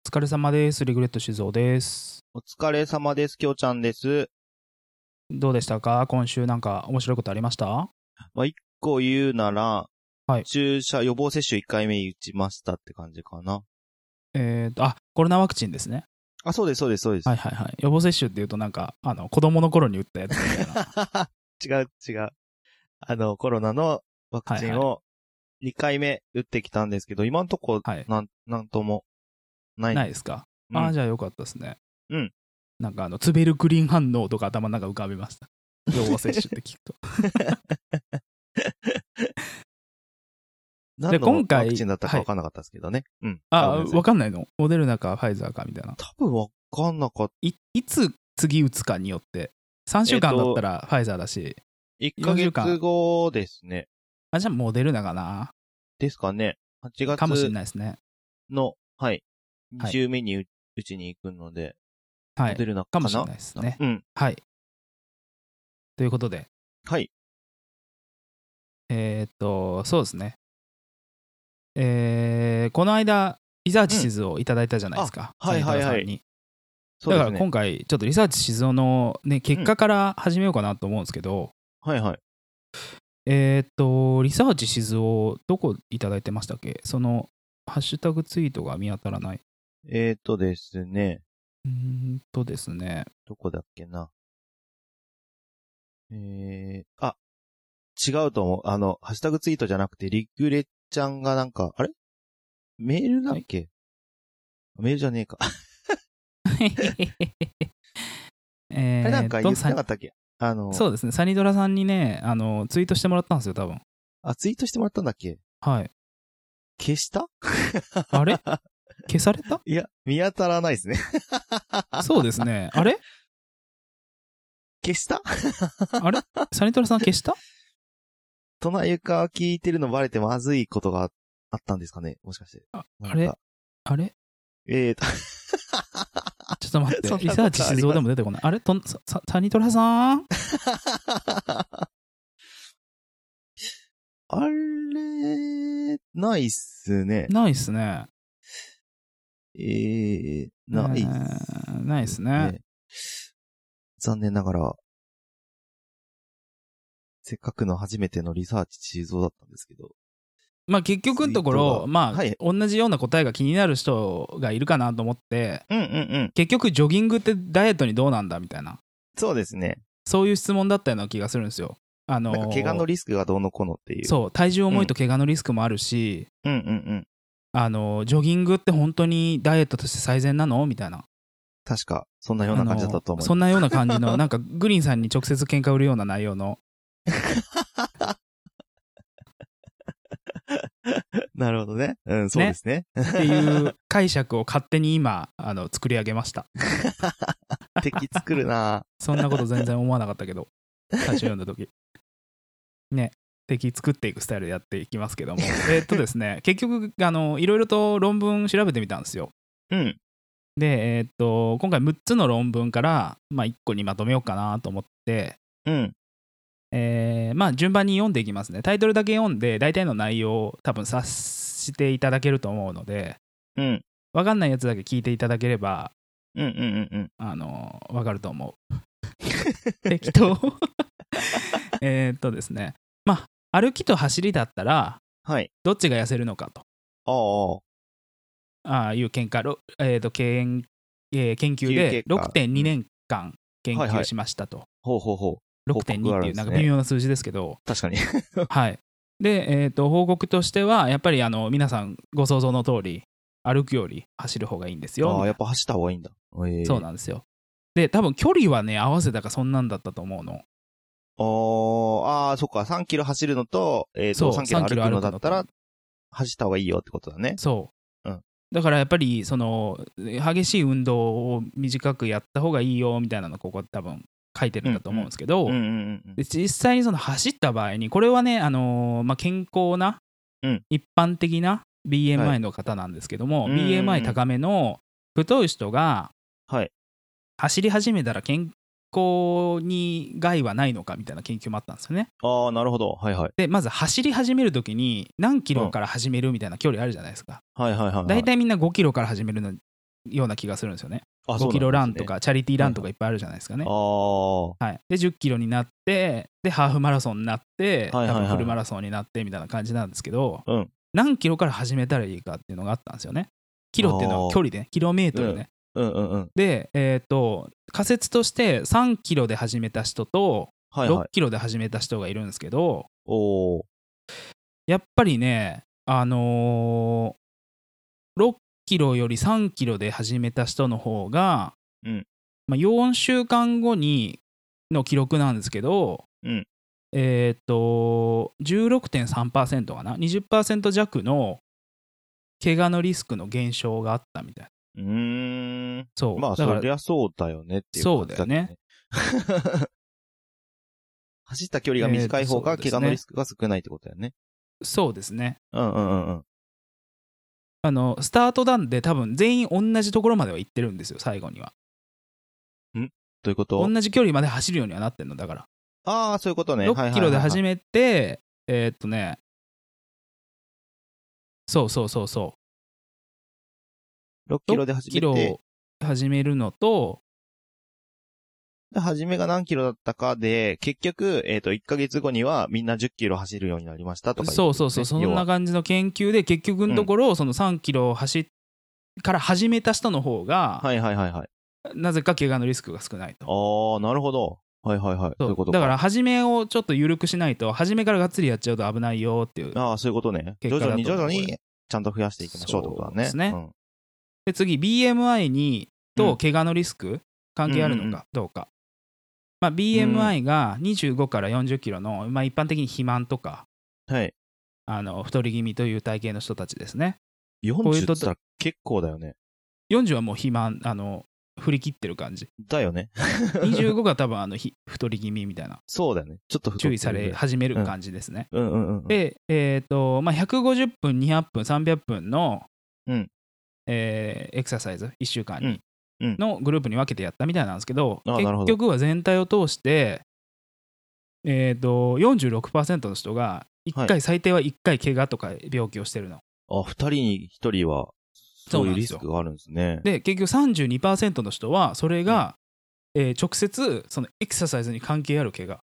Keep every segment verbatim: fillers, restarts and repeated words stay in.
疲れ様です。リグレット静雄です。 お疲れ様です。きょうちゃんです。 どうでしたか？今週なんか面白いことありました？ まあ、一個言うなら、 はい。 注射予防接種いっかいめ打ちましたって感じかな。 えーと、あ、コロナワクチンですね。 あ、そうです、そうです、そうです。 はいはいはい。予防接種って言うとなんか、あの、子供の頃に打ったやつみたいな。 違う、違う。あの、コロナのワクチンをにかいめ打ってきたんですけど、今んとこ、 はい。 なん、なんともないんです。 ないですか？ うん、 ああ、じゃあよかったですね。 うん。 なんかあの、ツベルクリン反応とか頭の中浮かびました。予防接種って聞くと。 何のワクチンだったか分かんなかったですけどね。はい、うん。 あ、分かんないの？モデルナかファイザーかみたいな。 多分分かんなかった。 い、いつ次打つかによって、さんしゅうかんだったらファイザーだし、 いっかげつごですね。 あ、じゃあモデルナかな。 ですかね。はちがつかもしれないですね。 の、はい。に週目に打ちに行くので、 はい。 モデルナかもしれないですね。 うん。 はい。ということで。 はい。 えー、っと、そうですね。えー、この間、リサーチ静雄をいただいたじゃないですか。 うん、はいはいはい。 にそうですね。 だから今回、ちょっとリサーチ静雄の、ね、結果から始めようかなと思うんですけど、 うん、はいはい。 えー、っと、リサーチ静雄、どこいただいてましたっけ？その、ハッシュタグツイートが見当たらない。 えーとですね。 うーんとですね。 どこだっけな。えー、あ、違うと思う。あの、ハッシュタグツイートじゃなくて、リグレちゃんがなんか、あれメールだっけ、メールじゃねえか。えー、あれなんか言ってなかったっけ？あの、 そうですね。サニドラさんにね、あの、ツイートしてもらったんですよ、多分。 あ、ツイートしてもらったんだっけ？ はい。 消したあれ消された？ いや、見当たらないですね。 そうですね。あれ消したあれサニトラさん消した？ トナユカ聞いてるのバレてまずいことがあったんですかね、もしかして。 あ、あれあれえーと。 ちょっと待って。リサーチ静雄でも出てこない。あれとサ、サニトラさんあれ、ないっすね。 ないっすね。 えー、ないっす、ね。 えー、ないっすね。 残念ながら、せっかくの初めてのリサーチ静雄だったんですけど。 まあ結局のところ、まあ、はい、同じような答えが気になる人がいるかなと思って、 うんうんうん、 結局ジョギングってダイエットにどうなんだみたいな。 そうですね。 そういう質問だったような気がするんですよ。あのー、 なんか怪我のリスクがどうのこうのっていう。 そう、体重重いと怪我のリスクもあるし、 うん、うんうんうんあのー、ジョギングって本当にダイエットとして最善なのみたいな。 確か、そんなような感じだったと思います。 そんなような感じの、なんかグリーンさんに直接喧嘩売るような内容の。 なるほどね。うん、そうですね。 ねっていう解釈を勝手に今、あの、作り上げました。 敵作るなそんなこと全然思わなかったけど、最初読んだ時。ね。敵作っていくスタイルでやっていきますけども。えー、っとですね、結局、あの、いろいろと論文調べてみたんですよ。 うん。 で、えー、っと、今回むっつの論文から、まあ、いっこにまとめようかなと思って、 うん。 えー、まあ順番に読んでいきますね。タイトルだけ読んで大体の内容を多分察していただけると思うので、 うん、 分かんないやつだけ聞いていただければ、 うんうんうんうん、 あの分かると思う。適当えっとですね、まあ歩きと走りだったら、 はい、 どっちが痩せるのかと、 あああいう研究、えー、と研、えー、研究で ろくてんにねんかん研究しましたと。 うんはいはい、ほうほうほう。 ろくてんに っていうなんか微妙な数字ですけど、 確かにはい。で、えーと、報告としてはやっぱりあの皆さんご想像の通り歩くより走る方がいいんですよ。 ああ、やっぱ走った方がいいんだ。えー、 そうなんですよ。で、多分距離はね合わせたかそんなんだったと思うの。 ああ、そっか、さんキロ走るのと、えっと、さんキロ歩くのだったら走った方がいいよってことだね。 そう。 うん。 だからやっぱりその激しい運動を短くやった方がいいよみたいなのここ多分書いてるんだと思うんですけど、実際にその走った場合にこれはね、あのーまあ、健康な、 うん、 一般的な ビーエムアイ の方なんですけども、はい、ビーエムアイ 高めの太い人が走り始めたら健康に害はないのかみたいな研究もあったんですよね。 ああ、なるほど。はいはい。 でまず走り始めるときに何キロから始めるみたいな距離あるじゃないですか。 はいはいはい、はい。 大体みんなごキロから始めるのような気がするんですよね。 あ、 ごキロランとかチャリティーランとかいっぱいあるじゃないですかね。 はいはい、 はい、でじゅっキロになってでハーフマラソンになって、 はいはいはい、 多分フルマラソンになってみたいな感じなんですけど、 うん、 何キロから始めたらいいかっていうのがあったんですよね。キロっていうのは距離で、ね、キロメートルね。 うんうんうん、で、 えっ、ー、と仮説としてさんキロで始めた人とろっキロで始めた人がいるんですけど、 はいはい、 やっぱりね、あのー、ろっキロよりさんキロで始めた人の方が、 うんまあ、よんしゅうかんごにの記録なんですけど、 うん、 えっ、ー、と じゅうろくてんさんパーセント かな にじゅっパーセント 弱の怪我のリスクの減少があったみたいな。 うーん。 そう。 まあ、そりゃそうだよねっていう感じだ、ね。そうだよね。 走った距離が短い方が怪我のリスクが少ないってことだよね。 そうですね。 うんうんうんうん。 あの、スタート段で多分全員同じところまでは行ってるんですよ、最後には。 んどういうこと？ 同じ距離まで走るようにはなってんの、だから。 ああ、そういうことね。 ろっキロで始めて、えー、っとね、そうそうそうそう。 ろっキロで始めて。 ろっキロ始めるのと、 初めが何キロだったかで、結局、えっ、ー、と、いっかげつごにはみんなじゅっキロ走るようになりましたとか、ね、 そうそうそう、そんな感じの研究で、結局のところ、うん、そのさんキロ走から始めた人の方が、 はいはいはいはい。 なぜか怪我のリスクが少ないと。 ああ、なるほど。はいはいはい。そういうことか。 だから、初めをちょっと緩くしないと、初めからがっつりやっちゃうと危ないよっていう。 ああ、そういうことね。徐々に徐々にちゃんと増やしていきましょうってことだね。そうですね。うん、 で、次、ビーエムアイ にと怪我のリスク、関係あるのかどうか。うんうんうん、まあ、ビーエムアイ がにじゅうごからよんじゅっキロの、まあ、一般的に肥満とか、 はい、 あの太り気味という体型の人たちですね。 よんじゅうって言ったら結構だよね。 よんじゅうはもう肥満、あの振り切ってる感じ。 だよね。 にじゅうごが多分あの太り気味みたいな。 そうだよね。ちょっと注意され始める感じですね。 うんうんうんうん、 で、えっ、ー、と、まあ、ひゃくごじゅっぷん、にひゃくふん、さんびゃっぷんの、うんえー、エクササイズ、いっしゅうかんに。うんのグループに分けてやったみたいなんですけど、 結局は全体を通して、えー、と よんじゅうろくパーセント の人がいっかい、はい、最低はいっかい怪我とか病気をしてるの。 あ、ふたりにひとりはそういうリスクがあるんですね。 で結局 さんじゅうにパーセント の人はそれが、うんえー、直接そのエクササイズに関係ある怪我。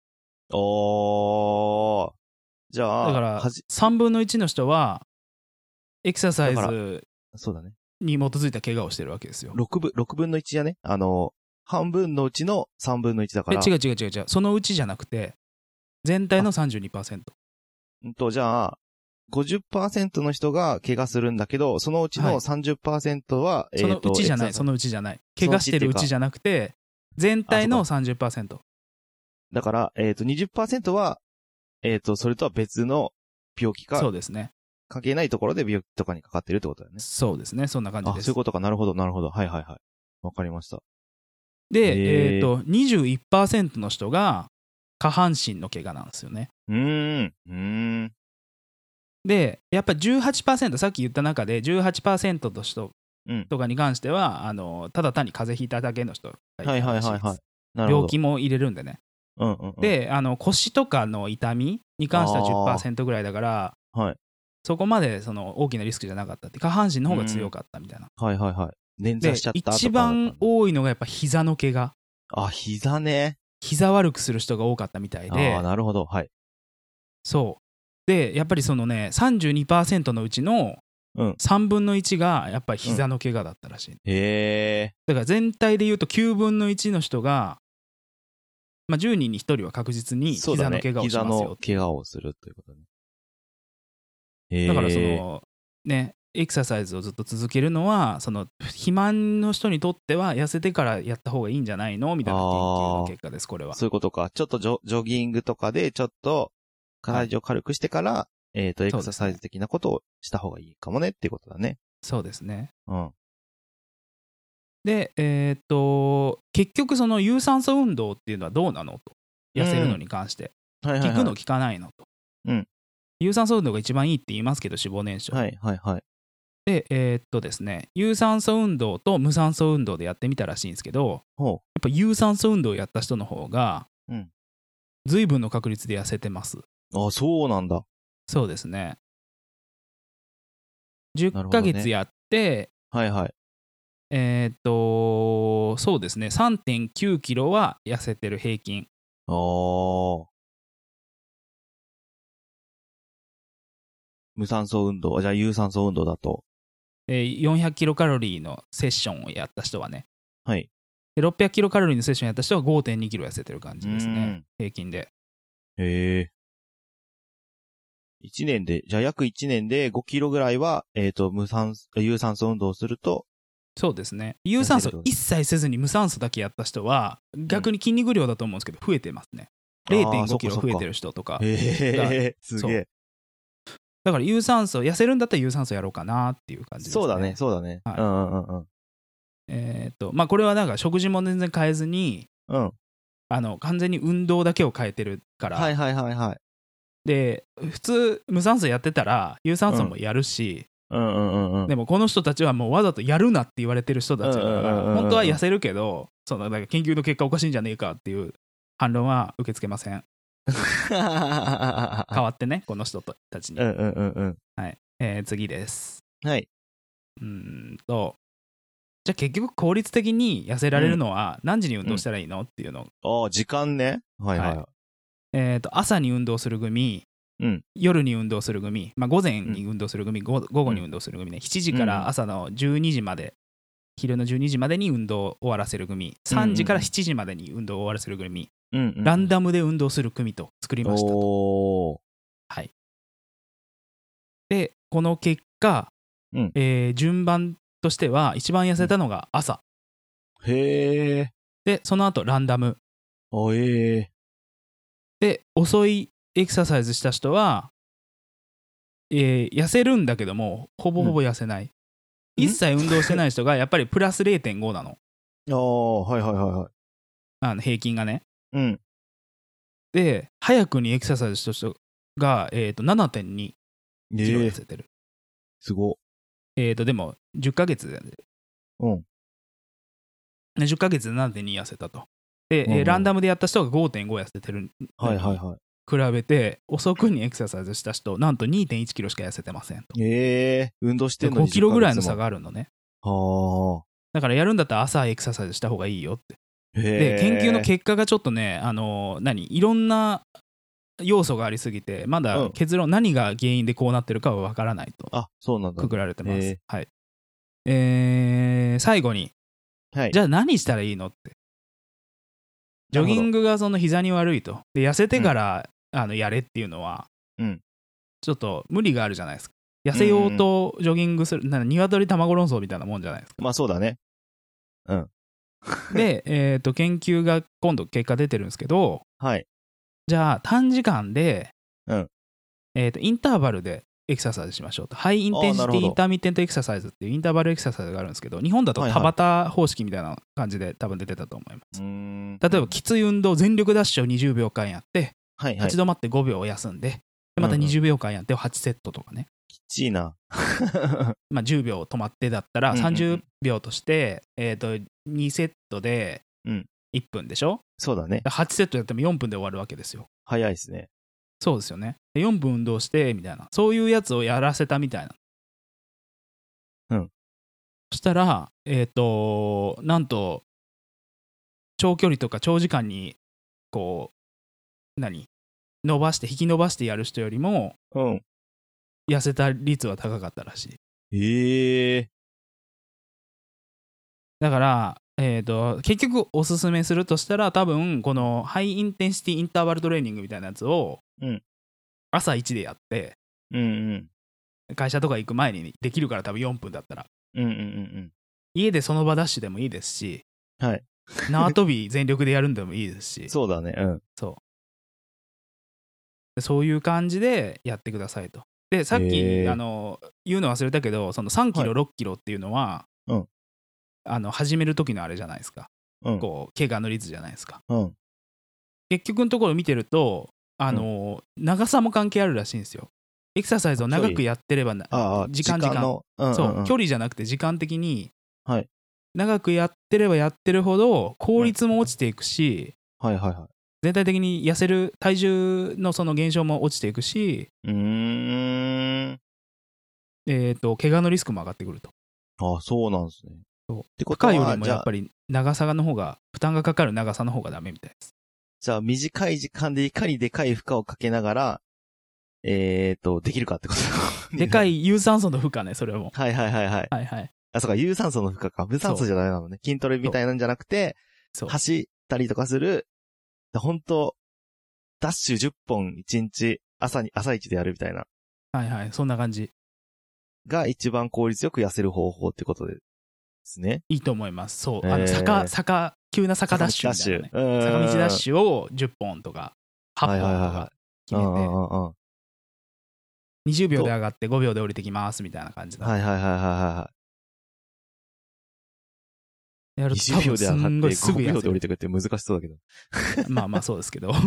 ああ。じゃあだからさんぶんのいちの人はエクササイズそうだねに基づいた怪我をしてるわけですよ。 ろくぶん、ろくぶんのいちやね。あの、半分のうちのさんぶんのいちだから。 え、違う違う違う違う。そのうちじゃなくて、全体の さんじゅうにパーセント。 うんと、じゃあ、ごじゅっパーセント の人が怪我するんだけど、そのうちの さんじゅっパーセント は、はい、 そのうちじゃない、そのうちじゃない。怪我してるうちじゃなくて、全体の さんじゅっパーセント。 だから、えっと、にじゅっパーセント は、えっと、それとは別の病気か。 そうですね。 関係ないところで病気とかにかかってるってことだよね。 そうですね。そんな感じです。 あ、そういうことか。なるほど、なるほど。はいはいはい。わかりました。 で、えっと、にじゅういちパーセント の人が下半身の怪我なんですよね。 うーん。うーん。 で、やっぱり じゅうはちパーセント、さっき言った中で じゅうはちパーセント の人とかに関しては、うん、あのただ単に風邪ひいただけの人がいたらしいです。はいはいはいはい。なるほど。病気も入れるんでね。 うんうんうん、 で、あの腰とかの痛みに関しては じゅっパーセント ぐらいだから、はい、そこまでその大きなリスクじゃなかったって、下半身の方が強かったみたいな。 はいはいはい。捻挫しちゃったとか。 一番多いのがやっぱ膝の怪我。 あ、膝ね。 膝悪くする人が多かったみたいで。 ああ、なるほど。はい。 そう。で、やっぱりそのね、さんじゅうにパーセント のうちのさんぶんのいちがやっぱり膝の怪我だったらしい。うん、へえ。だから全体で言うときゅうぶんのいちの人が、まあ、じゅうにんにひとりは確実に膝の怪我をしますよ。 膝の怪我をするということね。 へえ。だからその、ね、エクササイズをずっと続けるのは、その肥満の人にとっては痩せてからやった方がいいんじゃないのみたいな研究の結果です、これは。 そういうことか。ちょっとジ ョ, ジョギングとかでちょっと体重を軽くしてから、はい、えっ、ー、と、エクササイズ的なことをした方がいいかもねっていうことだね。 そうですね。 うん。 で、えっ、ー、と、結局その有酸素運動っていうのはどうなのと。痩せるのに関して。うんはいはいはい、効くの効かないのと。うん。有酸素運動が一番いいって言いますけど、脂肪燃焼。 はいはいはい。 で、えー、っとですね、有酸素運動と無酸素運動でやってみたらしいんですけど、やっぱ有酸素運動をやった人の方が、うん、随分の確率で痩せてます。 あ、そうなんだ。 そうですね。じゅっかげつやって、 はいはい。 えー、っと、そうですね、さんてんきゅうキロは痩せてる平均。 あー。無酸素運動、じゃあ有酸素運動だと。 えー、よんひゃくキロカロリーのセッションをやった人はね。 はい。 で、ろっぴゃくキロカロリーのセッションやった人は ごてんにキロ痩せてる感じですね。平均で。 へえ。いちねんで、じゃあ約いちねんでごキロぐらいは、えっと、無酸素、有酸素運動をすると、 そうですね。有酸素一切せずに無酸素だけやった人は、逆に筋肉量だと思うんですけど、増えてますね。れいてんごキロ増えてる人とか。 へえ、すげえ。 だから有酸素、痩せるんだったら有酸素やろうかなっていう感じですね。 そうだね、そうだね。はい、うんうんうん。 えっと、まあこれはなんか食事も全然変えずに、 うん。 あの、完全に運動だけを変えてるから。 はいはいはいはい。 で、普通、無酸素やってたら、有酸素もやるし、 うんうんうんうん、 でもこの人たちはもうわざとやるなって言われてる人たちだから、本当は痩せるけど、そのなんか研究の結果おかしいんじゃねえかっていう反論は受け付けません。変わってね、この人たちに。 うんうんうんうん。 はい。えー、次です。 はい。 うーんと、じゃあ結局効率的に痩せられるのは何時に運動したらいいの、うん、っていうの。 ああ、時間ね。はいはい。はい、 えっと、朝に運動する組、うん、夜に運動する組、まあ、午前に運動する組、うん、午後に運動する組ね、しちじから朝のじゅうにじまで、昼のじゅうにじまでに運動を終わらせる組、さんじからしちじまでに運動を終わらせる組、うんうんうん、ランダムで運動する組と作りましたと。はい。で、この結果、うん、えー、順番としては一番痩せたのが朝。 うん、へえ。 で、その後ランダム。 おえー。 で、遅いエクササイズした人は、えー、痩せるんだけども、ほぼほぼ痩せない。うん、一切運動してない人がやっぱりプラス れいてんご なの。 ああ、はいはいはいはい。 あの平均がね。 うん。 で、早くにエクササイズした人が、えー、と ななてんにキロ痩せてる。 えー、すご。 えっ、ー、と、でも、じゅっかげつで、 うん。 じゅっかげつで ななてんに 痩せたと。で、うんうん、ランダムでやった人が ごてんご 痩せてる。 はいはいはい。 比べて、遅くにエクササイズした人、なんと にてんいちキロしか痩せてませんと。 ええー、運動してんのにごキロぐらいの差があるのね。 はあ。 だからやるんだったら朝エクササイズした方がいいよって。で、研究の結果がちょっとね、あのー、何いろんな要素がありすぎて、まだ結論、うん、何が原因でこうなってるかは分からないと。 あ、そうなんだ。 くくられてます。はい。えー、最後に、はい、じゃあ何したらいいのって。ジョギングがその膝に悪いと。で、痩せてから、うん、あのやれっていうのは、うん、ちょっと無理があるじゃないですか。痩せようとジョギングする、なんか鶏卵論争みたいなもんじゃないですか。 まあそうだね。うん。 で、えっと、研究が今度結果出てるんですけど、 はい。 じゃあ短時間で、 うん、 えっと、インターバルでエクササイズしましょうと。ハイインテンシティインターミッテントエクササイズっていうインターバルエクササイズがあるんですけど、日本だと田畑方式みたいな感じで多分出てたと思います。例えばきつい運動、全力ダッシュをにじゅうびょうかんやって、はいはい、立ち止まってごびょう休んで、でまたにじゅうびょうかんやってはちセットとかね。 きついな。 まあじゅうびょう止まってだったらさんじゅうびょうとして、えー、とにセットでいっぷんでしょ、うん、 そうだね。 はちセットやってもよんぷんで終わるわけですよ。 早いですね。 そうですよね。よんぷん運動してみたいな、そういうやつをやらせたみたいな。 うん。 そしたら、えっ、ー、と、なんと、長距離とか長時間に、こう、何伸ばして、引き伸ばしてやる人よりも、うん。痩せた率は高かったらしい。 へえー。 だから、えーと、結局おすすめするとしたら、多分、このハイインテンシティインターバルトレーニングみたいなやつを、うん、朝いちでやって、うんうん、会社とか行く前にできるから多分よんぷんだったら、うんうんうんうん、家でその場ダッシュでもいいですし、はい、縄跳び全力でやるんでもいいですしそうだね、うん、 そうそういう感じでやってくださいと。でさっきあの言うの忘れたけど、そのさんキロ、はい、ろっキロっていうのは、うん、あの始める時のあれじゃないですか、うん、こう怪我の率じゃないですか、うん、結局のところ見てるとあの、うん、長さも関係あるらしいんですよ。エクササイズを長くやってればな時間時間、うんうんうん、そう距離じゃなくて時間的に、はい、長くやってればやってるほど効率も落ちていくし、うん、はいはいはい、全体的に痩せる体重のその減少も落ちていくし、うーんえっと怪我のリスクも上がってくると。 ああ、そうなんですね。 そうってことは負荷よりもやっぱり長さの方が、負担がかかる長さの方がダメみたいです。 じゃあ短い時間でいかにでかい負荷をかけながら、えーと、できるかってことでかい有酸素の負荷ね、それも。 はいはいはいはい。 はいはい。 あ、そうか、有酸素の負荷か。無酸素じゃダメなのね。筋トレみたいなんじゃなくて、走ったりとかする、本当ダッシュじゅっぽんいちにち、朝に、朝一でやるみたいな。 はいはい、そんな感じ。 が一番効率よく痩せる方法ってことですね。 いいと思います。そう。あの、坂、坂、急な坂ダッシュみたいなね。 坂道ダッシュ。 坂道ダッシュをじゅっぽんとか、はっぽんとか決めて、にじゅうびょうで上がってごびょうで降りてきますみたいな感じだ。 はいはいはいはいはい。 やると多分すんごいすぐごびょうで降りてくって難しそうだけど。 まあまあそうですけど。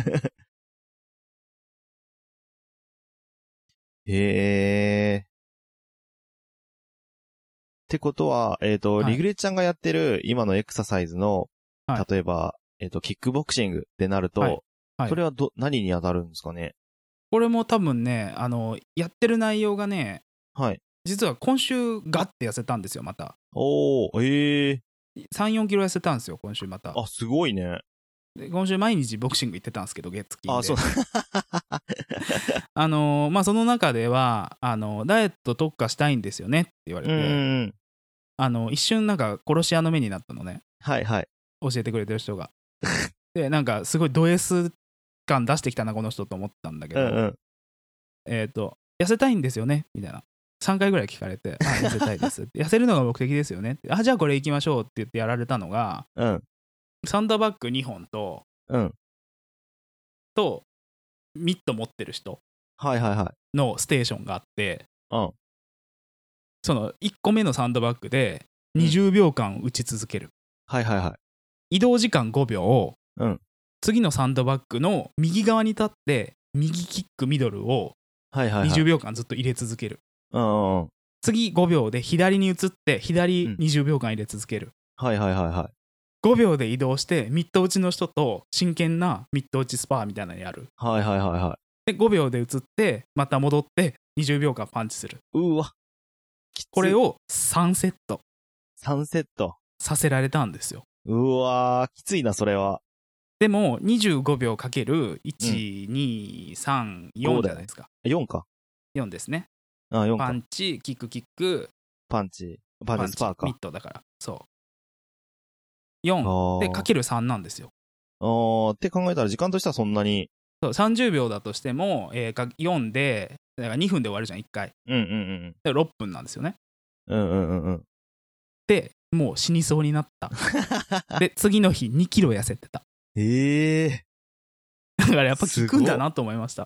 へー。ってことは、えっと、リグレちゃんがやってる今のエクササイズの、はい、例えば、えっと、キックボクシングってなると、はいはい、それはど、何に当たるんですかね？ これも多分ね、あの、やってる内容がね、 はい。 実は今週ガッて痩せたんですよ、また。 おー、えー。 さん、よんキロ痩せたんですよ、今週また。 あ、すごいね。 で今週毎日ボクシング行ってたんですけど、月金で。 あ、そう。 あのー、まあ、その中では、あの、ダイエット特化したいんですよねって言われて、 うんあの、一瞬なんか殺し屋の目になったのね。 はいはい。 教えてくれてる人が。で、なんかすごいド S 感出してきたな、この人と思ったんだけど、うんうん、えっと、痩せたいんですよねみたいな。さんかいぐらい聞かれて、あ、痩せたいです。痩せるのが目的ですよね。あ、じゃあこれ行きましょうって言ってやられたのが、 うん、 サンドバッグにほんと、 うん、 と、ミット持ってる人はいはいはい。 のステーションがあって、 うん、 そのいっこめのサンドバッグでにじゅうびょうかん打ち続ける。 うん、はいはいはい。 移動時間ごびょう、うん、 次のサンドバッグの右側に立って、右キックミドルをにじゅうびょうかんずっと入れ続ける。 はいはいはい、うん、 次ごびょうで左に移って左にじゅうびょうかん入れ続ける、 うん、はいはいはいはい。 ごびょうで移動してミット打ちの人と真剣なミット打ちスパーみたいなのやる。 はいはいはいはい。 でごびょうで移ってまた戻ってにじゅうびょうかんパンチする。 うわ、 これをさんセットさんセットさせられたんですよ。 うわー、きついなそれは。 でもにじゅうごびょうかけるいち、に、さん、よんじゃないですか。 よんか。 よんですね。 あ、よんか。 パンチ、キックキック、 パンチ、パンチスパーか。 ミットだから。そう。よんでかけるさんなんですよ。 あーって考えたら時間としてはそんなに。 そう、さんじゅうびょうだとしても、えー、よんで、だからにふんで終わるじゃん、いっかい。 うんうんうん。 でろっぷんなんですよね。 うんうんうんうん。 で、もう死にそうになった。で、次の日にキロ痩せてた。 ええー。だからやっぱ効くんだなと思いました。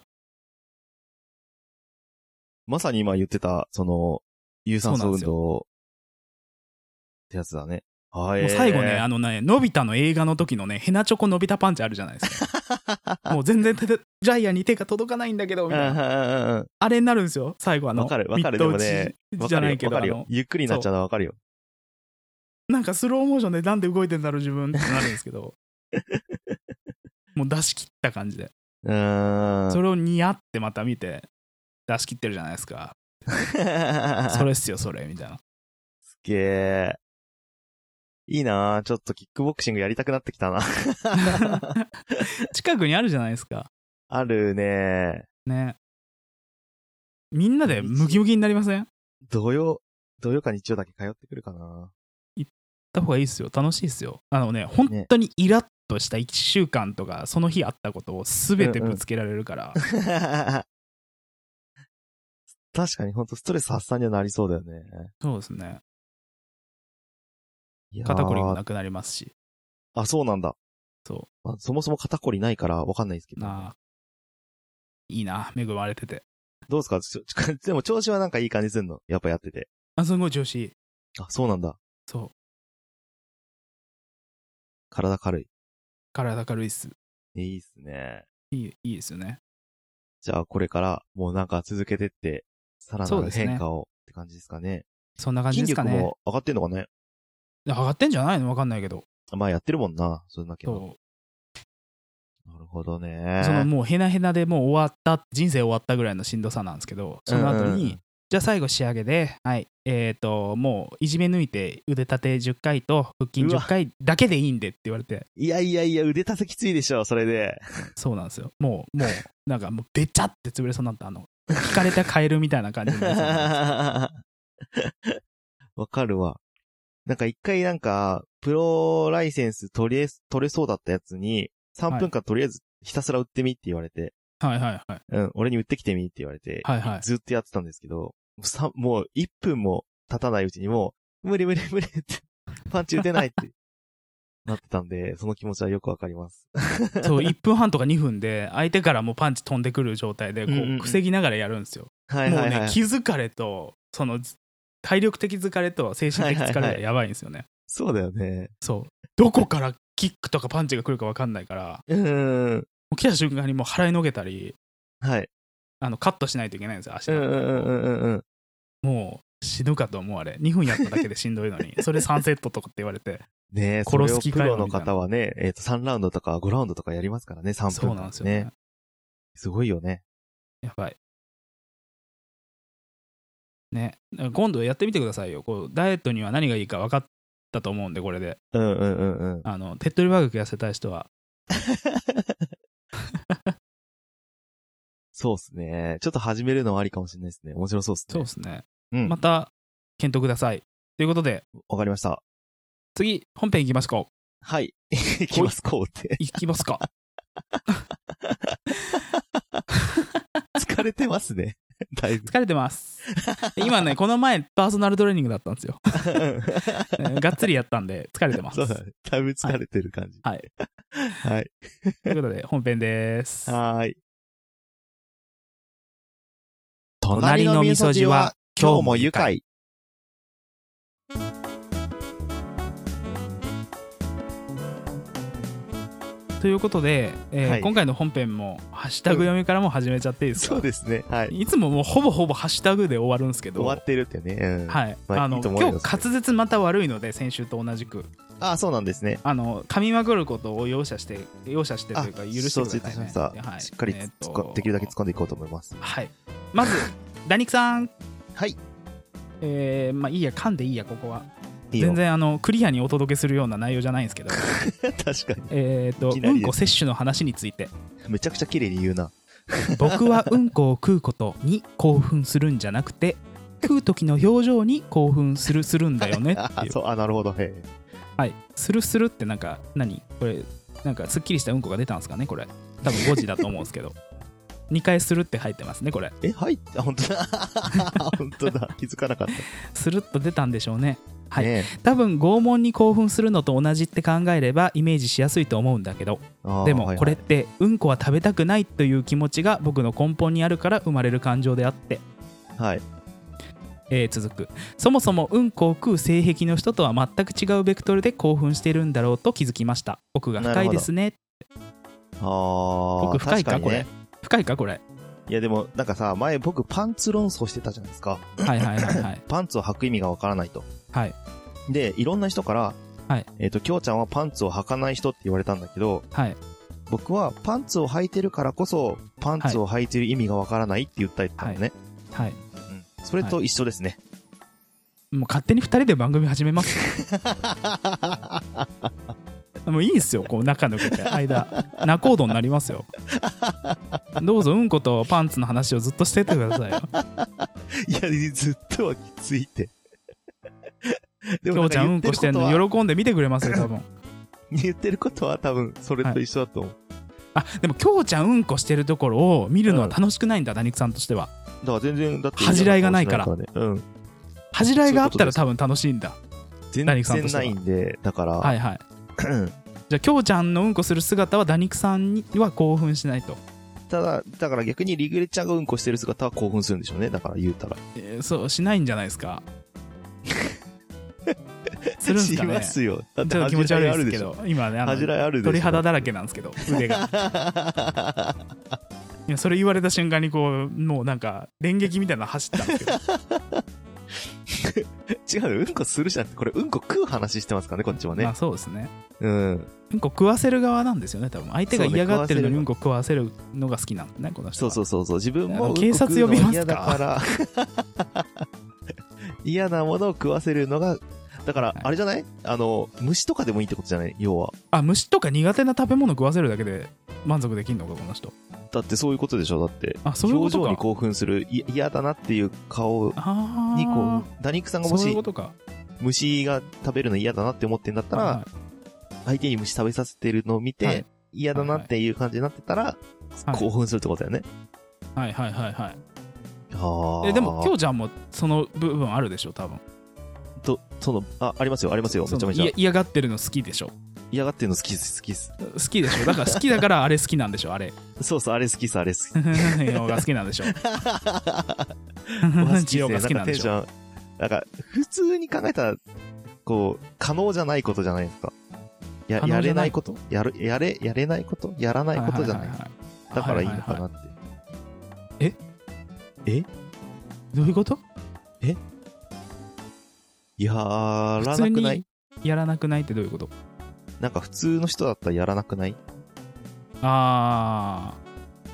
まさに今言ってた、その、有酸素運動ってやつだね。 もう最後ね、あのね、のび太の映画の時のね、ヘナチョコのび太パンチあるじゃないですか。もう全然ジャイアンに手が届かないんだけど、みたいな。あれになるんですよ、最後あの。 わかる、わかる、でもね、 じゃないけど、あの、 ゆっくりになっちゃうのわかるよ。 なんかスローモーションでなんで動いてんだろう、自分ってなるんですけど。もう出し切った感じで。 うーん。 それをニヤってまた見て、出し切ってるじゃないですか。それっすよ、それ、みたいな。 すげえ。いいなぁ。ちょっとキックボクシングやりたくなってきたな。 近くにあるじゃないですか。 あるね。 ね。みんなでムキムキになりません？ 土曜、土曜か日曜だけ通ってくるかな。 行った方がいいっすよ。楽しいっすよ。あのね、本当にイラッとしたいっしゅうかんとか、その日あったことを全てぶつけられるから。うんうん、 確かに本当ストレス発散にはなりそうだよね。 そうですね。肩こりもなくなりますし。 あ、そうなんだ。 そう。 まあ、そもそも肩こりないからわかんないですけど。 あいいな、恵まれてて。 どうですか？でも調子はなんかいい感じするの？やっぱやってて。 あ、すごい調子いい。 あ、そうなんだ。 そう。 体軽い。 体軽いっす。 いいっすね。 いい、いいですよね。 じゃあこれからもうなんか続けてって、さらなる変化をって感じですかね。 そんな感じですかね。 筋力も上がってんのかね？ 上がってんじゃないの？わかんないけど。 まあやってるもんな、そんだけど。 そう。 なるほどね。 そのもうヘナヘナでもう終わった、人生終わったぐらいのしんどさなんですけど、その後にじゃあ最後仕上げで、はい。えっ、ー、と、もういじめ抜いて腕立てじゅっかいと腹筋じゅっかいだけでいいんでって言われて。 いやいやいや、腕立てきついでしょ、それで。 そうなんですよ。もう、もう、なんかもうべちゃって潰れそうになった、あの、引かれたカエルみたいな感じになりそうなわかるわ。なんか一回なんか、プロライセンス取れ、取れそうだったやつに、さんぷんかんとりあえずひたすら売ってみって言われて。 はいはいはい。 うん、俺に売ってきてみって言われて、はいはい、ずっとやってたんですけど、さもういっぷんも経たないうちにもう、無理無理無理って、パンチ打てないってなってたんで、その気持ちはよくわかります。 そう、いっぷんはんとかにふんで、相手からもうパンチ飛んでくる状態で、こう、防ぎながらやるんですよ。はいはいはい、もうね、気疲れと、その、体力的疲れと精神的疲れがやばいんですよね。はいはいはい、 そうだよね。 そう。どこからキックとかパンチが来るかわかんないから、うん。もう来た瞬間にもう払いのけたり、はい。あの、カットしないといけないんですよ、足の。うんうんうんうん。もう、死ぬかと思う、あれ。にふんやっただけでしんどいのに。それさんセットとかって言われて。 ねえ、殺す気かよ。プロの方はね、えっと、さんラウンドとかごラウンドとかやりますからね、さんぷんかん、ね。そうなんですよね。すごいよね。 やばい。ね。今度やってみてくださいよ。こう、ダイエットには何がいいか分かったと思うんで、これで。 うんうんうんうん。 あの、手っ取り早く痩せたい人は。 そうっすね。ちょっと始めるのはありかもしれないですね。面白そうっすね。 そうっすね。うん。また、検討ください。ということで。 わかりました。 次、本編いきますか。 はい。いきますかって。 いきますか。 疲れてますね。だいぶ。 疲れてます。今ね、この前、パーソナルトレーニングだったんですよ。がっつりやったんで、疲れてます。 そうだね。だいぶ疲れてる感じ。 はい。 はい。 ということで、本編です。 はい。 隣の味噌汁は今日も愉快。ということで、えーはい、今回の本編もハッシュタグ読みからも始めちゃっていいですか。 そうですね。はい。 いつももうほぼほぼハッシュタグで終わるんですけど。 終わってるってね。うん、 はい。まあ、あのいい今日滑舌また悪いので先週と同じく。 ああ、そうなんですね。 あの噛みまくることを容赦して容赦してというか許してくださいね。 はい、しっかり、えー、とできるだけ突っ込んでいこうと思います。 はい。まずダニクさん。 はい。 えー、まあいいや、噛んでいいやここは。全然あのクリアにお届けするような内容じゃないんですけど確かにえっとうんこ摂取の話についてめちゃくちゃ綺麗に言うな。 僕はうんこを食うことに興奮するんじゃなくて食う時の表情に興奮するするんだよねっていう。 そう、あ、なるほど。へはいするするってなんか何これなんかすっきりしたうんこが出たんですかね。これ多分ごじだと思うんですけどにかいするって入ってますねこれ。 え、入って本当だ本当だ、気づかなかった。 スルッと出たんでしょうね。はい、ね、多分拷問に興奮するのと同じって考えればイメージしやすいと思うんだけど、でもこれってうんこは食べたくないという気持ちが僕の根本にあるから生まれる感情であって、 はい、 えー、続く。そもそもうんこを食う性癖の人とは全く違うベクトルで興奮しているんだろうと気づきました。奥が深いですね。 あ奥深いか、ね、これ深いかこれ。 いやでもなんかさ、前僕パンツ論争してたじゃないですか。 はいはいはいはい。 パンツを履く意味がわからないと。 はい。 で、いろんな人から、はい、えっと、きょうちゃんはパンツを履かない人って言われたんだけど、はい。僕はパンツを履いてるからこそ、パンツを履いてる意味がわからないって訴えてたのね。はい。はい、うん。それと一緒ですね。はい、 もう勝手に二人で番組始めますもういいんすよ、こう中抜けて間仲人になりますよ。どうぞうんことパンツの話をずっとしてってくださいよ。 いやずっとはきついってきょうちゃんうんこしてんの喜んで見てくれますよ多分。 言ってることは多分それと一緒だと思う。 はい、あでもきょうちゃんうんこしてるところを見るのは楽しくないんだ、ダニクさんとしては。 だから全然だって恥じらいがないから。 うん。 恥じらいがあったら多分楽しいんだ。 全然ないんで、だから。 はいはい。じゃあきょうちゃんのうんこする姿はダニクさんには興奮しないと。 ただだから逆にリグレちゃんがうんこしてる姿は興奮するんでしょうね。だから言うたら、 えー、そうしないんじゃないですか。するんすかね。しますよ。だって気持ち悪いですけど今ねあの鳥肌だらけなんですけど腕がいやそれ言われた瞬間にこうもうなんか電撃みたいなの走ったんですけど違う、うんこするじゃんって、これうんこ食う話してますからね、こっちはね。 まあそうですね。 うん。 うんこ食わせる側なんですよね、多分。相手が嫌がってるのにうんこ食わせるのが好きなんだね、この人は。 そうそうそうそう。自分もうんこ警察呼びますか？ 嫌だから、嫌なものを食わせるのが、だから、あれじゃない、はい、あの、虫とかでもいいってことじゃない、要は。 あ、虫とか苦手な食べ物食わせるだけで満足できんのか、この人。 だってそういうことでしょ、だって。 あ、そういうことか。 表情に興奮する、嫌だなっていう顔にこう、ダニクさんがもし、 そういうことか。 虫が食べるの嫌だなって思ってんだったら、はい、相手に虫食べさせてるのを見て、はい、嫌だなっていう感じになってたら、はい、興奮するってことだよね。 はいはいはいはい。 あえでも、きょうちゃんもその部分あるでしょ、多分。 と、その、あ、ありますよ、ありますよ、めちゃめちゃ。 嫌がってるの好きでしょ。 嫌がってるの好きです、好きです。 好きでしょ。だから好きだからあれ好きなんでしょ、あれ。 そうそう、あれ好きっす、あれ好き。 のが好きなんでしょ。ジオが好きなんでしょ。 なんか、普通に考えたら、こう、可能じゃないことじゃないですか。や、やれないことやる、やれ、やれないことやらないことじゃない。だからいいのかなって。 ええどういうこと？ えやらなくない？ やらなくないってどういうこと？ なんか普通の人だったらやらなくない？ あ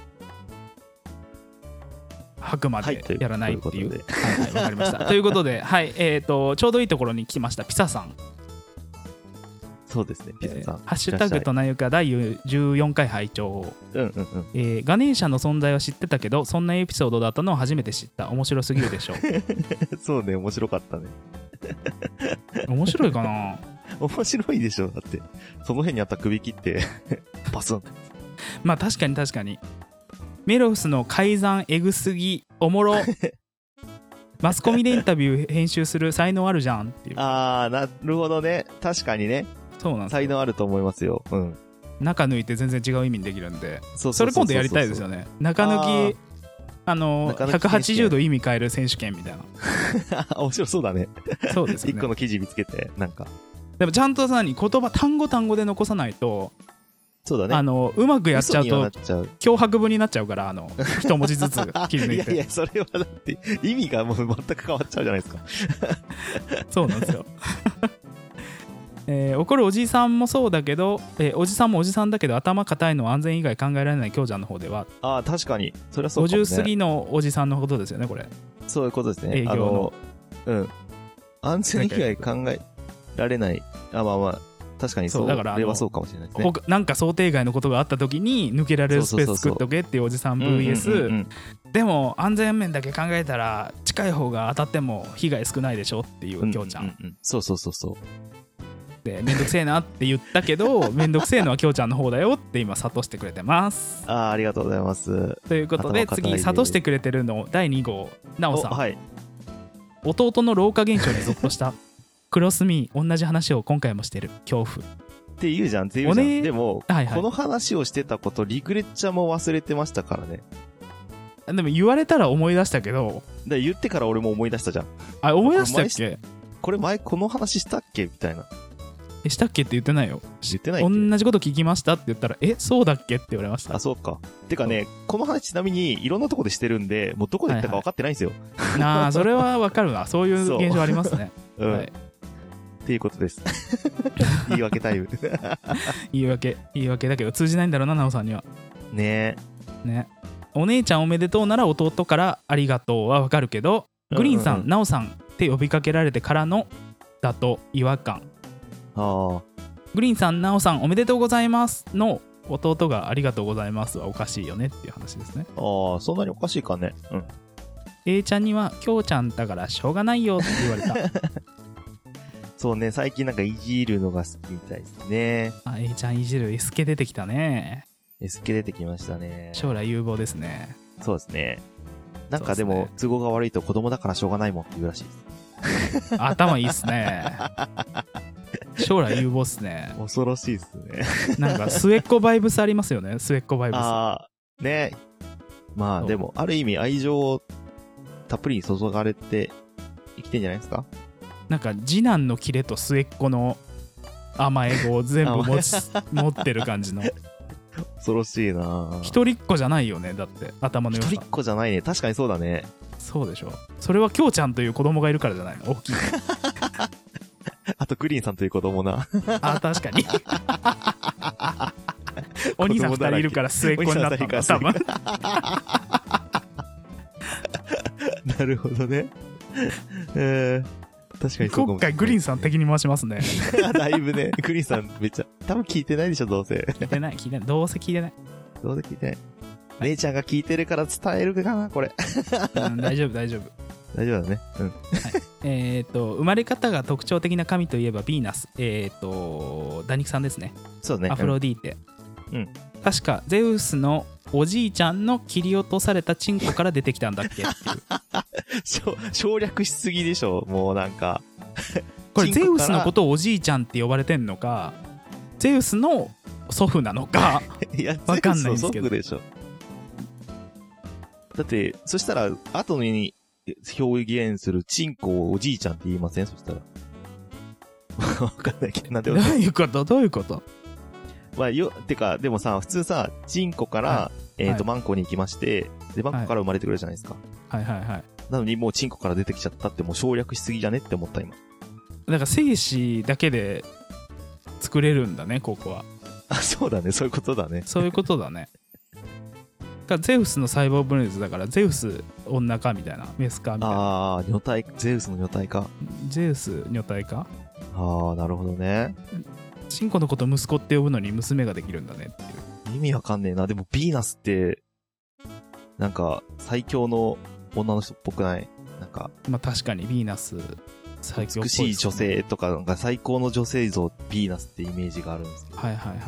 ー。吐くまでやらないっていう。はい、はい、わかりました。ということで、はい、えっと、ちょうどいいところに来ました、ピサさん。 そうですね、ピザさん。 ハッシュタグとなゆかだいじゅうよんかい拝聴。 うんうんうん。 えー、ガネーシャの存在は知ってたけど、そんなエピソードだったのを初めて知った。面白すぎるでしょう。 そうね、面白かったね。 面白いかな？ 面白いでしょ、だって。その辺にあった首切って、パスン。 まあ確かに確かに。メロスの改ざんエグすぎ、おもろ。マスコミでインタビュー編集する才能あるじゃんっていう。 あー、なるほどね。確かにね。 そうなんです。 才能あると思いますよ。うん。 中抜いて全然違う意味にできるんで、それ今度やりたいですよね。中抜き、あのひゃくはちじゅうど意味変える選手権みたいな。 面白そうだね。 そうですね。 一個の記事見つけて、なんか。 でもちゃんとさ、言葉単語単語で残さないと、 そうだね。 あのうまくやっちゃうと脅迫文になっちゃうから、あの一文字ずつ切り抜いて。 いやいや、それはだって意味がもう全く変わっちゃうじゃないですか。 そうなんですよ。えー、怒るおじさんもそうだけど、えー、おじさんもおじさんだけど頭固いのは安全以外考えられないきょうちゃんの方では。 ああ、確かに。それはそうかもね。 ごじゅう過ぎのおじさんのことですよね、これ。 そういうことですね。 営業の。 うん。安全以外考えられない。あ、まあまあ、確かにそう。 だから、 あれはそうかもしれないですね。 なんか想定外のことがあった時に抜けられるスペース作っとけっていうおじさん ブイエス。でも安全面だけ考えたら近い方が当たっても被害少ないでしょっていうきょうちゃん。 そうそうそうそう。 めんどくせえなって言ったけど、めんどくせえのはきょうちゃんの方だよって今諭してくれてます。 ああ、ありがとうございます。 ということで次諭してくれてるのだいに号、なおさん。 はい、 弟の老化現象にゾッとしたクロスミー、同じ話を今回もしてる恐怖って言うじゃんって言うじゃん、ね、でも、はいはい、この話をしてたことリグレッチャーも忘れてましたからね。 でも言われたら思い出したけど、 だ言ってから俺も思い出したじゃん。 あ、思い出したっけ？ これ前この話したっけみたいな。 え、したっけって言ってないよ。 言ってないっけ？ 同じこと聞きましたって言ったら、え、そうだっけって言われました。 あ、そうか。てかね、この話ちなみにいろんなとこでしてるんで、もうどこで言ったか分かってないんですよ。 はいはい、ああ、それは分かるわ。そういう現象ありますね。 う、うん、はい。っていうことです。言い訳タイム。 言い訳、言い訳だけど通じないんだろうな、なおさんには。 ねえ。ね。お姉ちゃんおめでとうなら弟からありがとうは分かるけど、グリーンさん、うんうんうん、なおさんって呼びかけられてからのだと違和感。 ああ。 グリーンさん、なおさんおめでとうございますの弟がありがとうございますはおかしいよねっていう話ですね。 ああ、そんなにおかしいかね。うん。 A ちゃんにはきょうちゃんだからしょうがないよって言われた。 そうね、最近なんかいじるのが好きみたいですね。 あ、A ちゃんいじる S 系出てきたね。 S 系出てきましたね。 将来有望ですね。 そうですね。なんかでも、ね、都合が悪いと子供だからしょうがないもんって言うらしいです。 頭いいっすね。将来有望っすね。 恐ろしいっすね。 なんか末っ子バイブスありますよね。末っ子バイブス。 ああ、ね。まあでもある意味愛情をたっぷりに注がれて生きてんじゃないですか。 なんか次男のキレと末っ子の甘え子を全部持ち持ってる感じの。 恐ろしいな。 一人っ子じゃないよね。だって頭の良さ。 一人っ子じゃないね。確かにそうだね。 そうでしょ。それはきょうちゃんという子供がいるからじゃないの。大きい。 とグリーンさんという子供な。 あ、確かに。お兄さんふたりいるから末っ子になったんだ、多分。 なるほどね。えー、確かにそうかもしれない。 今回グリーンさん敵に回しますね。 だいぶね、グリーンさんめっちゃ、多分聞いてないでしょ、どうせ。 聞いてない、聞いてない。どうせ聞いてない。 どうせ聞いてない。姉ちゃんが聞いてるから伝えるかな、これ。 うん、大丈夫、大丈夫。 大丈夫だね。うん。はい、 えっと、生まれ方が特徴的な神といえば、ヴィーナス。えっと、ダニクさんですね。 そうね。 アフロディーテ。 うん。 確か、ゼウスのおじいちゃんの切り落とされたチンコから出てきたんだっけっていう。 省略しすぎでしょ、もうなんか。 これ、ゼウスのことをおじいちゃんって呼ばれてんのか、ゼウスの祖父なのか、 いや、 わかんないんですけど。 ゼウスの祖父でしょ。だって、そしたら、後に表現するチンコをおじいちゃんって言いません？そしたら。わかんないけど、なんでどういうことどういうことまあ、よ、てか、でもさ、普通さ、チンコから、はい、えっ、ー、と、はい、マンコに行きまして、で、マンコから生まれてくるじゃないですか。 はいはいはい。 なのに、もうチンコから出てきちゃったって、もう省略しすぎじゃねって思った、今。 だから、精子だけで作れるんだね、ここは。 あ、そうだね、そういうことだね。 そういうことだね。ゼウスの細胞分裂だから、ゼウス女かみたいな、メスかみたいな。 ああ、女体、ゼウスの女体か。 ゼウス女体か。 ああ、なるほどね。 チンコのこと息子って呼ぶのに娘ができるんだねっていう。 意味わかんねえな。でも、ヴィーナスって、なんか、最強の女の人っぽくない？なんか。 まあ確かに、ヴィーナス、最強っぽい、ね。 美しい女性とか、なんか最高の女性像、ヴィーナスってイメージがあるんですけど。 はいはいはい。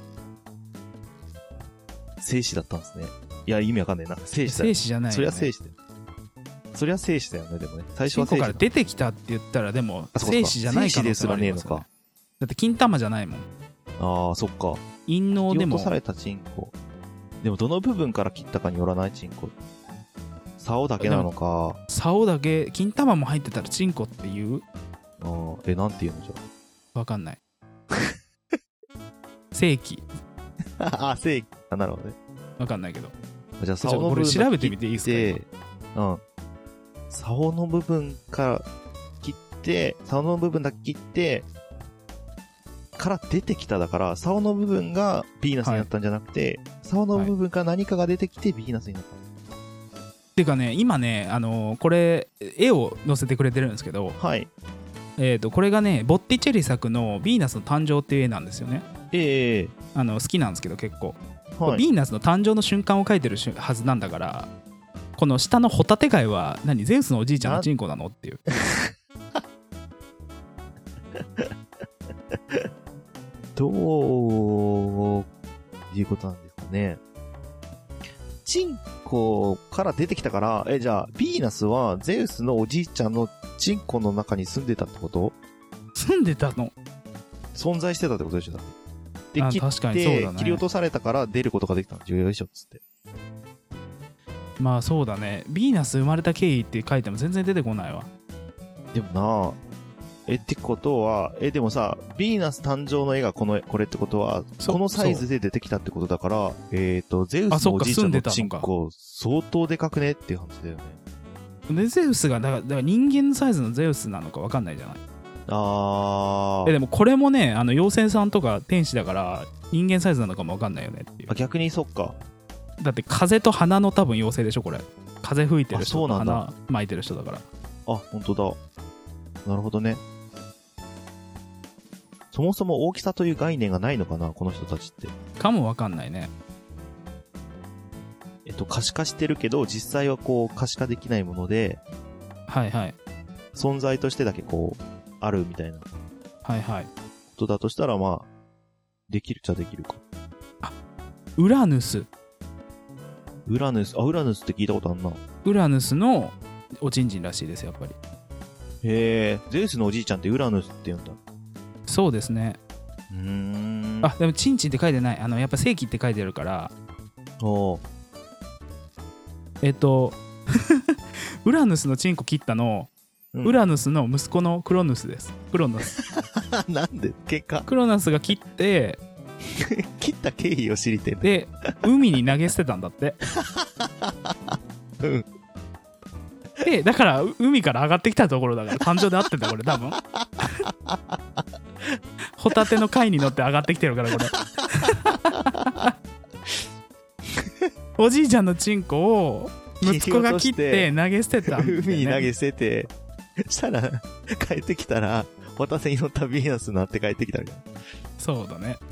精子だったんですね。いや、意味わかんねえな。精子だよ。 精子じゃないよね。 そりゃ精子だよ。そりゃ精子だよね、でもね。最初は精子。 チンコから出てきたって言ったら、でも、精子じゃない可能性がありますよね。だって金玉じゃないもん。 ああ、そっか。 陰嚢でも。 切り落とされたチンコ。でもどの部分から切ったかによらないチンコ。竿だけなのか。 竿だけ、金玉も入ってたらチンコって言う？ ああ、え、なんて言うのじゃあ。わかんない。正規。 ああ、正規。あ、なるほどね。 わかんないけど。 じゃあ竿の部分調べてみていいですか？うん。竿の部分から切って、竿の部分だけ切って、から出てきただから、竿の部分がヴィーナスになったんじゃなくて、はい、竿の部分から何かが出てきてヴィーナスになった。 はい、てかね、今ね、あのー、これ、絵を載せてくれてるんですけど、 はい。 えっと、これがね、ボッティチェリ作のヴィーナスの誕生っていう絵なんですよね。 ええー。 あの、好きなんですけど、結構。 はい、 ヴィーナスの誕生の瞬間を描いてるはずなんだから、この下のホタテ貝は何、ゼウスのおじいちゃんのチンコなのっていう。 どういうことなんですかね。チンコから出てきたから、え、じゃあ、ヴィーナスはゼウスのおじいちゃんのチンコの中に住んでたってこと？ 住んでたの？ 存在してたってことでしょ？だってで、切って、ね、切り落とされたから出ることができたの重要でしょっつって。 まあそうだね。ヴィーナス生まれた経緯って書いても全然出てこないわ。 でもなえ、ってことは、え、でもさ、ヴィーナス誕生の絵がこの、これってことは、このサイズで出てきたってことだから、えっと、ゼウスのおじいちゃんのチンコ、相当でかくねっていう話だよね。 で、ゼウスが、だから、だから人間のサイズのゼウスなのか分かんないじゃない。 あー。 え、でもこれもね、あの、妖精さんとか天使だから、人間サイズなのかも分かんないよねっていう。 あ、逆にそっか。 だって風と鼻の多分妖精でしょ、これ。風吹いてる人と鼻巻いてる人だから。 あ、ほんとだ。なるほどね。そもそも大きさという概念がないのかな、この人たちって。 かもわかんないね。 えっと、可視化してるけど、実際はこう、可視化できないもので、 はいはい。 存在としてだけこう、あるみたいな。 はいはい。 ことだとしたら、まあ、できるっちゃできるか。 あ、ウラヌス。 ウラヌス、あ、ウラヌスって聞いたことあんな。 ウラヌスのおちんちんらしいです、やっぱり。 へえ、ゼウスのおじいちゃんってウラヌスって言うんだ。 そうですね。 うーん。 あ、でもチンチンって書いてない。あの、やっぱ正規って書いてあるから。 おー。 えっと、ウラヌスのチンコ切ったの、うん、ウラヌスの息子のクロヌスです。クロヌス。 なんで結果クロヌスが切って、 切った経緯を知りてんで、海に投げ捨てたんだって。 うん。 で、だから海から上がってきたところだから誕生で合ってんだこれ多分。 ホタテの貝に乗って上がってきてるからこれおじいちゃんのチンコを息子が切って投げ捨てたんだよね、 海に投げ捨ててしたら帰ってきたらホタテに乗ったヴィーナスになって帰ってきたみたいな。 そうだね。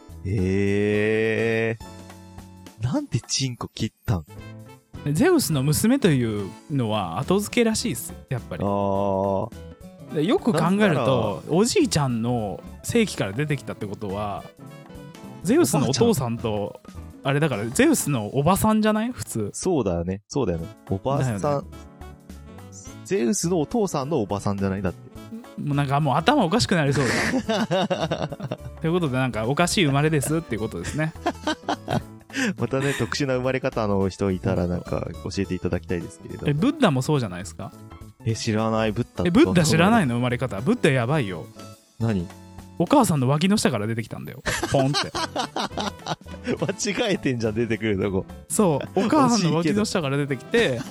えー、なんでチンコ切ったん？ ゼウスの娘というのは後付けらしいですやっぱり。 あー、 でよく考えるとおじいちゃんの性器から出てきたってことはゼウスのお父さんとあれだからゼウスのおばさんじゃない普通。 そうだよねそうだよねおばさん、ね、ゼウスのお父さんのおばさんじゃないだって。 もうなんかもう頭おかしくなりそうだということでなんかおかしい生まれですっていうことですねまたね特殊な生まれ方の人いたらなんか教えていただきたいですけれど。 えブッダもそうじゃないですか？ え知らないブッダ。 えブッダ知らないの生まれ方。ブッダやばいよ。 何？ お母さんの脇の下から出てきたんだよポンって間違えてんじゃん出てくるとこ。 そうお母さんの脇の下から出てきて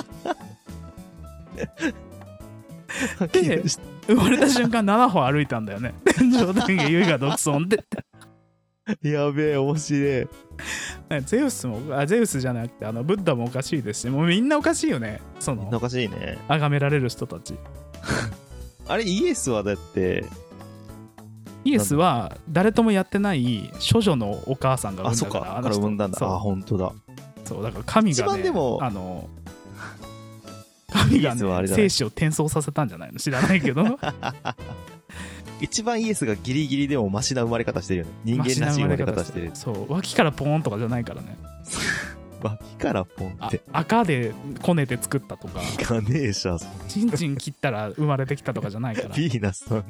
で生まれた瞬間なな歩歩いたんだよね。天上天下唯我独尊ってやべえ面白い。 ゼウスもあゼウスじゃなくてあのブッダもおかしいですしもうみんなおかしいよね。そのみんなおかしいね。 崇められる人たちあれイエスはだってイエスは誰ともやってない処女のお母さんが産んだから。 あそっかから産んだんだ。あ本当だ。 そうだから神がねでもあの神が、ね、精子を転送させたんじゃないの知らないけど一番イエスがギリギリでもマシな生まれ方してるよね。人間らしい生まれ方してる。 そう脇からポーンとかじゃないからね脇からポンって赤でこねて作ったとかガネーシャチンチン切ったら生まれてきたとかじゃないからヴィーナスさん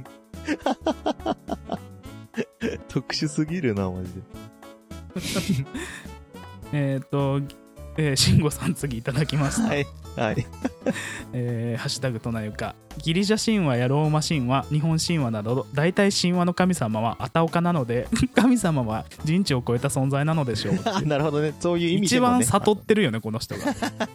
特殊すぎるなマジでえっとえー、慎吾さん次いただきました。 はい。はい。 えー、ハッシュタグとなゆか。ギリシャ神話やローマ神話、日本神話など、大体神話の神様はアタオカなので、神様は人知を超えた存在なのでしょう。 なるほどね。そういう意味でもね。 一番悟ってるよね、この人が。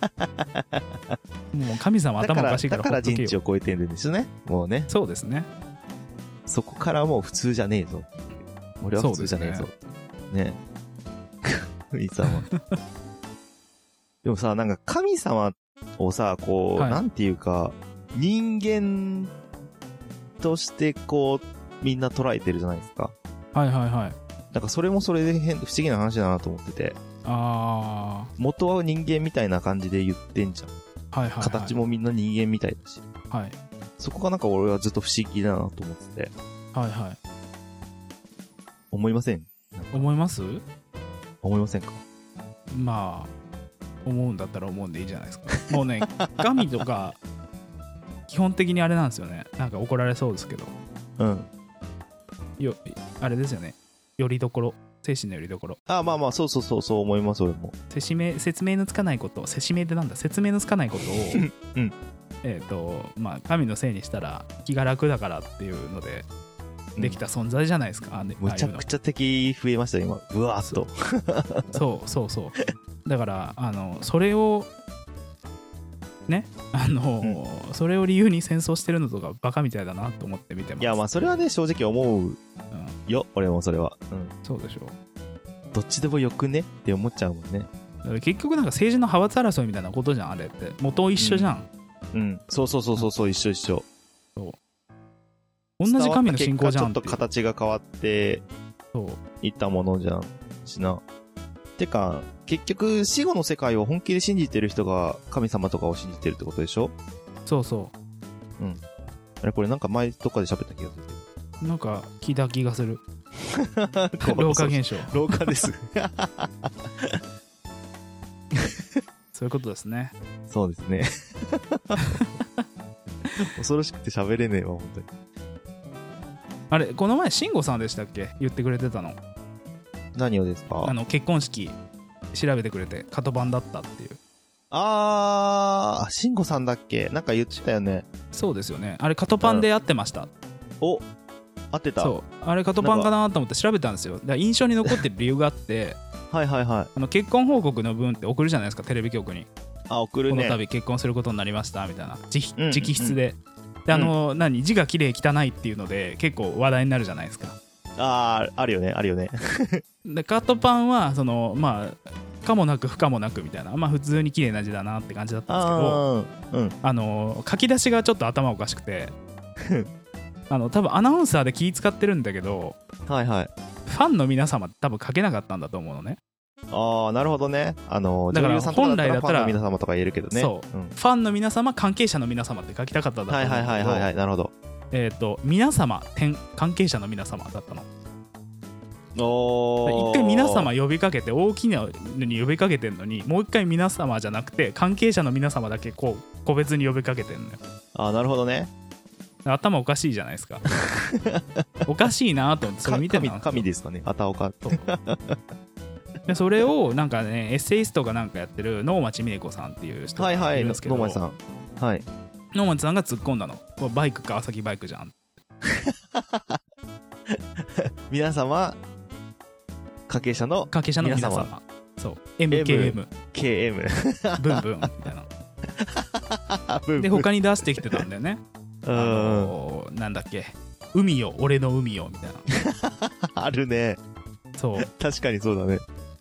もう神様頭おかしいからだから人知を超えてるんですね。もうね。 そうですね。 そこからもう普通じゃねえぞ。俺は普通じゃねえぞ。ね。ね神様。でもさ、なんか神様をさ、こう、はい、なんていうか、人間としてこう、みんな捉えてるじゃないですか。 はいはいはい。 なんかそれもそれで変、不思議な話だなと思ってて。 あー。 元は人間みたいな感じで言ってんじゃん。 はいはいはい。 形もみんな人間みたいだし。 はい。 そこがなんか俺はずっと不思議だなと思ってて。 はいはい。 思いません？ 思います？ 思いませんか？ まあ。思うんだったら思うんでいいじゃないですか。もうね神とか基本的にあれなんですよね。なんか怒られそうですけどうんよあれですよね。よりどころ精神のよりどころ。 あまあまあそうそうそうそう思います俺も。 説明説明のつかないこと説明ってなんだ説明のつかないことをうんえっとまあ神のせいにしたら気が楽だからっていうのでできた存在じゃないですか、うん、 むちゃくちゃ敵増えました今うわーっとそうそうそうだからあのそれをねあの、うん、それを理由に戦争してるのとかバカみたいだなと思って見てます。 いやまあそれはね正直思うよ、うん、俺もそれは、うん、 そうでしょう。 どっちでもよくねって思っちゃうもんね。 結局なんか政治の派閥争いみたいなことじゃんあれって元一緒じゃん、 うん、うん、そうそうそうそうそう一緒一緒。 そう同じ神の信仰じゃんちょっと形が変わっていったものじゃんしな。てか結局死後の世界を本気で信じてる人が神様とかを信じてるってことでしょ。 そうそう。 うんあれこれなんか前とかで喋った気がする。なんか聞いた気がする老化現象。 老化ですそういうことですね。 そうですね恐ろしくて喋れねえわ本当に。 あれこの前慎吾さんでしたっけ言ってくれてたの。 何をですか？ あの結婚式調べてくれてカトバンだったっていう。 あー慎吾さんだっけなんか言ってたよね。 そうですよね。あれカトパンで会ってました。 お合ってた。 そうあれカトパンかなと思って調べたんですよ。だから印象に残ってる理由があってはいはいはい。 あの結婚報告の文って送るじゃないですかテレビ局に。 あ送るね。 この度結婚することになりましたみたいな 直, 直筆で、 であの、うん、何字が綺麗汚いっていうので結構話題になるじゃないですか。 ああ、あるよねあるよねでカトパンはそのまあ可もなく不可もなくみたいな、まあ普通に綺麗な字だなって感じだったんですけど、あ、うん、あの書き出しがちょっと頭おかしくてあの多分アナウンサーで気使ってるんだけど、 はいはい、 ファンの皆様って多分書けなかったんだと思うのね。 ああ、なるほどね。あのだから本来だったらファンの皆様とか言えるけどね。 そう、うん、ファンの皆様、関係者の皆様って書きたかったんだと思うんだけど、 はいはいはいはい、なるほど。 えっ、ー、と皆様点関係者の皆様だったの。 お一回皆様呼びかけて大きなのに呼びかけてんのに、もう一回皆様じゃなくて関係者の皆様だけこう個別に呼びかけてんのよ。 ああ、なるほどね。 頭おかしいじゃないですかおかしいなと思ってそれ見てたんですよ。 神ですかね、あたおかでそれをなんかねエッセイストがなんかやってる能町みね子さんっていう人がいるんですけど、 はいはい、能町さん、はい、 能町さんが突っ込んだの。バイク川崎バイクじゃん皆様関係者の関係者の皆様、皆様そう エムケーエムケーエムブンブンみたいなブンブンで他に出してきてたんだよねあのー、なんだっけ海よ俺の海よみたいなあるね。 そう確かにそうだね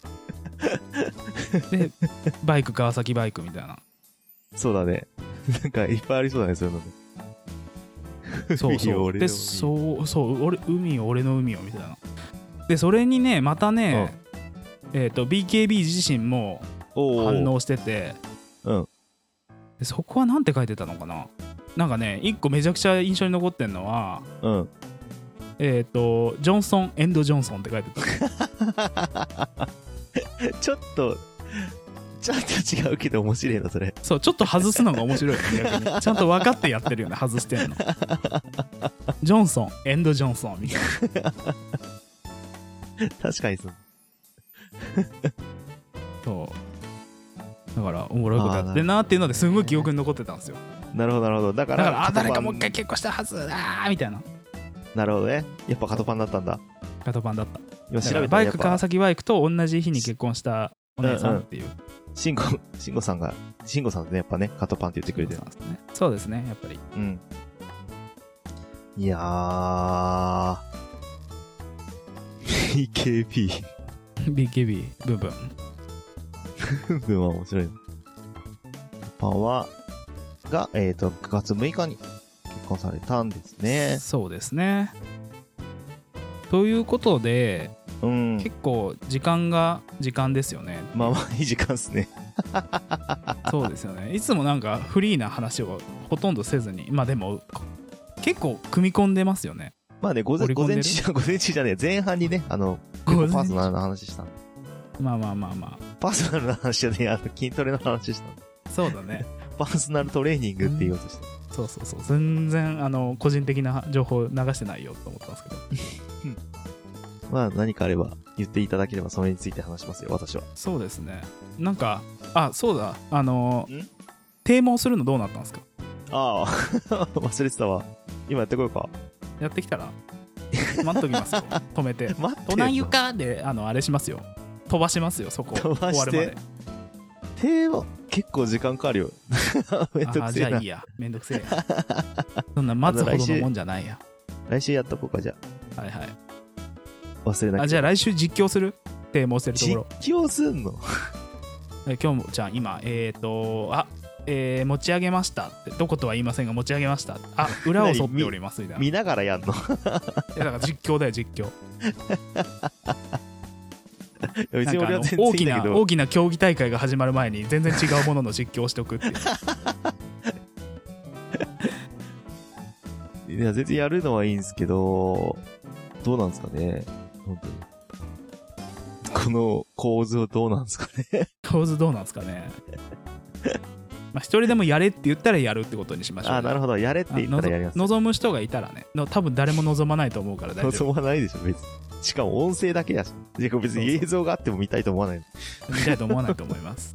でバイク川崎バイクみたいな。 そうだね、なんかいっぱいありそうだねそういうのねそうそうでそうそう俺海よ俺の海よみたいな。でそれにねまたね、うん、えっ、ー、と ビーケービー 自身も反応してて、 うん、 でそこはなんて書いてたのかな。なんかね一個めちゃくちゃ印象に残ってんのは、 うん、 えっ、ー、とジョンソンエンドジョンソンって書いてたちょっとちょっと違うけど面白いなそれ。 そうちょっと外すのが面白いよね逆にちゃんと分かってやってるよね外してんのジョンソンエンドジョンソンみたいな確かにそうそうだからおもろいことやってんなっていうのですごい記憶に残ってたんですよ。 なるほどなるほど。だからだからあ誰かもう一回結婚したはずだみたいな。 なるほどね。やっぱカトパンだったんだ。 カトパンだった。 今調べたらバイク川崎バイクと同じ日に結婚したお姉さんっていう、うんうん、 慎吾慎吾さんが慎吾さんでねやっぱねカトパンって言ってくれてるんですね。そうですねやっぱり。 うん。いやービーケービービーケービー ブンブンブンブンは面白い。パンはが、えーと、くがつむいかに結婚されたんですね。 そうですね。ということで、 うん、 結構時間が時間ですよね。 まあまあいい時間ですねそうですよね。いつもなんかフリーな話をほとんどせずに、まあでも結構組み込んでますよね。 まあね、午前、午前中、午前中じゃねえ、前半にね、あの、パーソナルな話したんで。 まあまあまあまあ。 パーソナルな話じゃねえ、あの、筋トレの話したんで。 そうだね。 パーソナルトレーニングって言おうとした。 うん、そうそうそう。全然、あの、個人的な情報流してないよと思ったんですけど。 まあ、何かあれば言っていただければ、それについて話しますよ、私は。 そうですね。なんか、あ、そうだ、あの、堤防するのどうなったんですか？ ああ、忘れてたわ。今やってこようか。 やってきたら待っときますよ止めてトナユカであのあれしますよ飛ばしますよそこ飛ばして終わるまで。堤防結構時間かかるよめんどくせえな。あじゃあいいやめんどくせえそんな待つほどのもんじゃないや。 来週やっとこうかじゃあはいはい忘れなきゃ。 あじゃあ来週実況する堤防してるところ実況すんの今日もじゃあ今えっ、ー、とあえー、持ち上げましたってどことは言いませんが持ち上げましたあ裏を沿っておりますみたいな見ながらやんのいやだから実況だよ実況別に俺は全然大きな大きな競技大会が始まる前に全然違うものの実況をしておくっていういや全然やるのはいいんですけどどうなんですかね本当にこの構図はどうなんですかね構図どうなんですかねまあ一人でもやれって言ったらやるってことにしましょう、ね。 あなるほどやれって言ったらやります。 望む人がいたらねの多分誰も望まないと思うから大丈夫。 望まないでしょ別に。しかも音声だけやし別に映像があっても見たいと思わない。 見たいと思わないと思います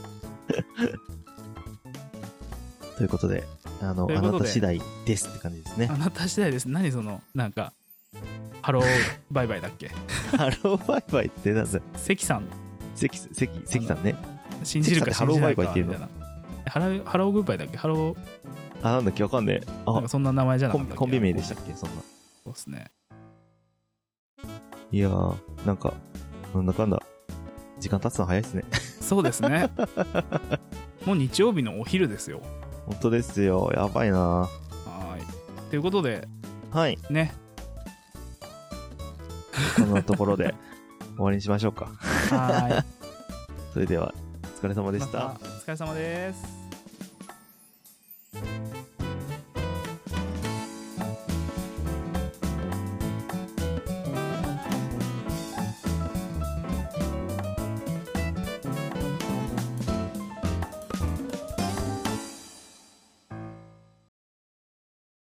ということであのあなた次第ですって感じですね。 あなた次第です。何そのなんかハローバイバイだっけハローバイバイってなんだ関さん関関関さんね信じるか信じないかみたいな。 ハローバイバイっていうのハロー、ハローグッバイだっけハローあ、なんだっけわかんねえ。あ、 なんかそんな名前じゃなかったっけ。 コンビ名でしたっけそんな。 そうですね。 いやー、なんか、なんだかんだ、時間経つの早いですね。 そうですね。もう日曜日のお昼ですよ。 本当ですよ。やばいな。はい。ということで、 はい。 ね。 こんなところで終わりにしましょうか。 はい。 それでは、お疲れ様でした。 またお疲れ様です。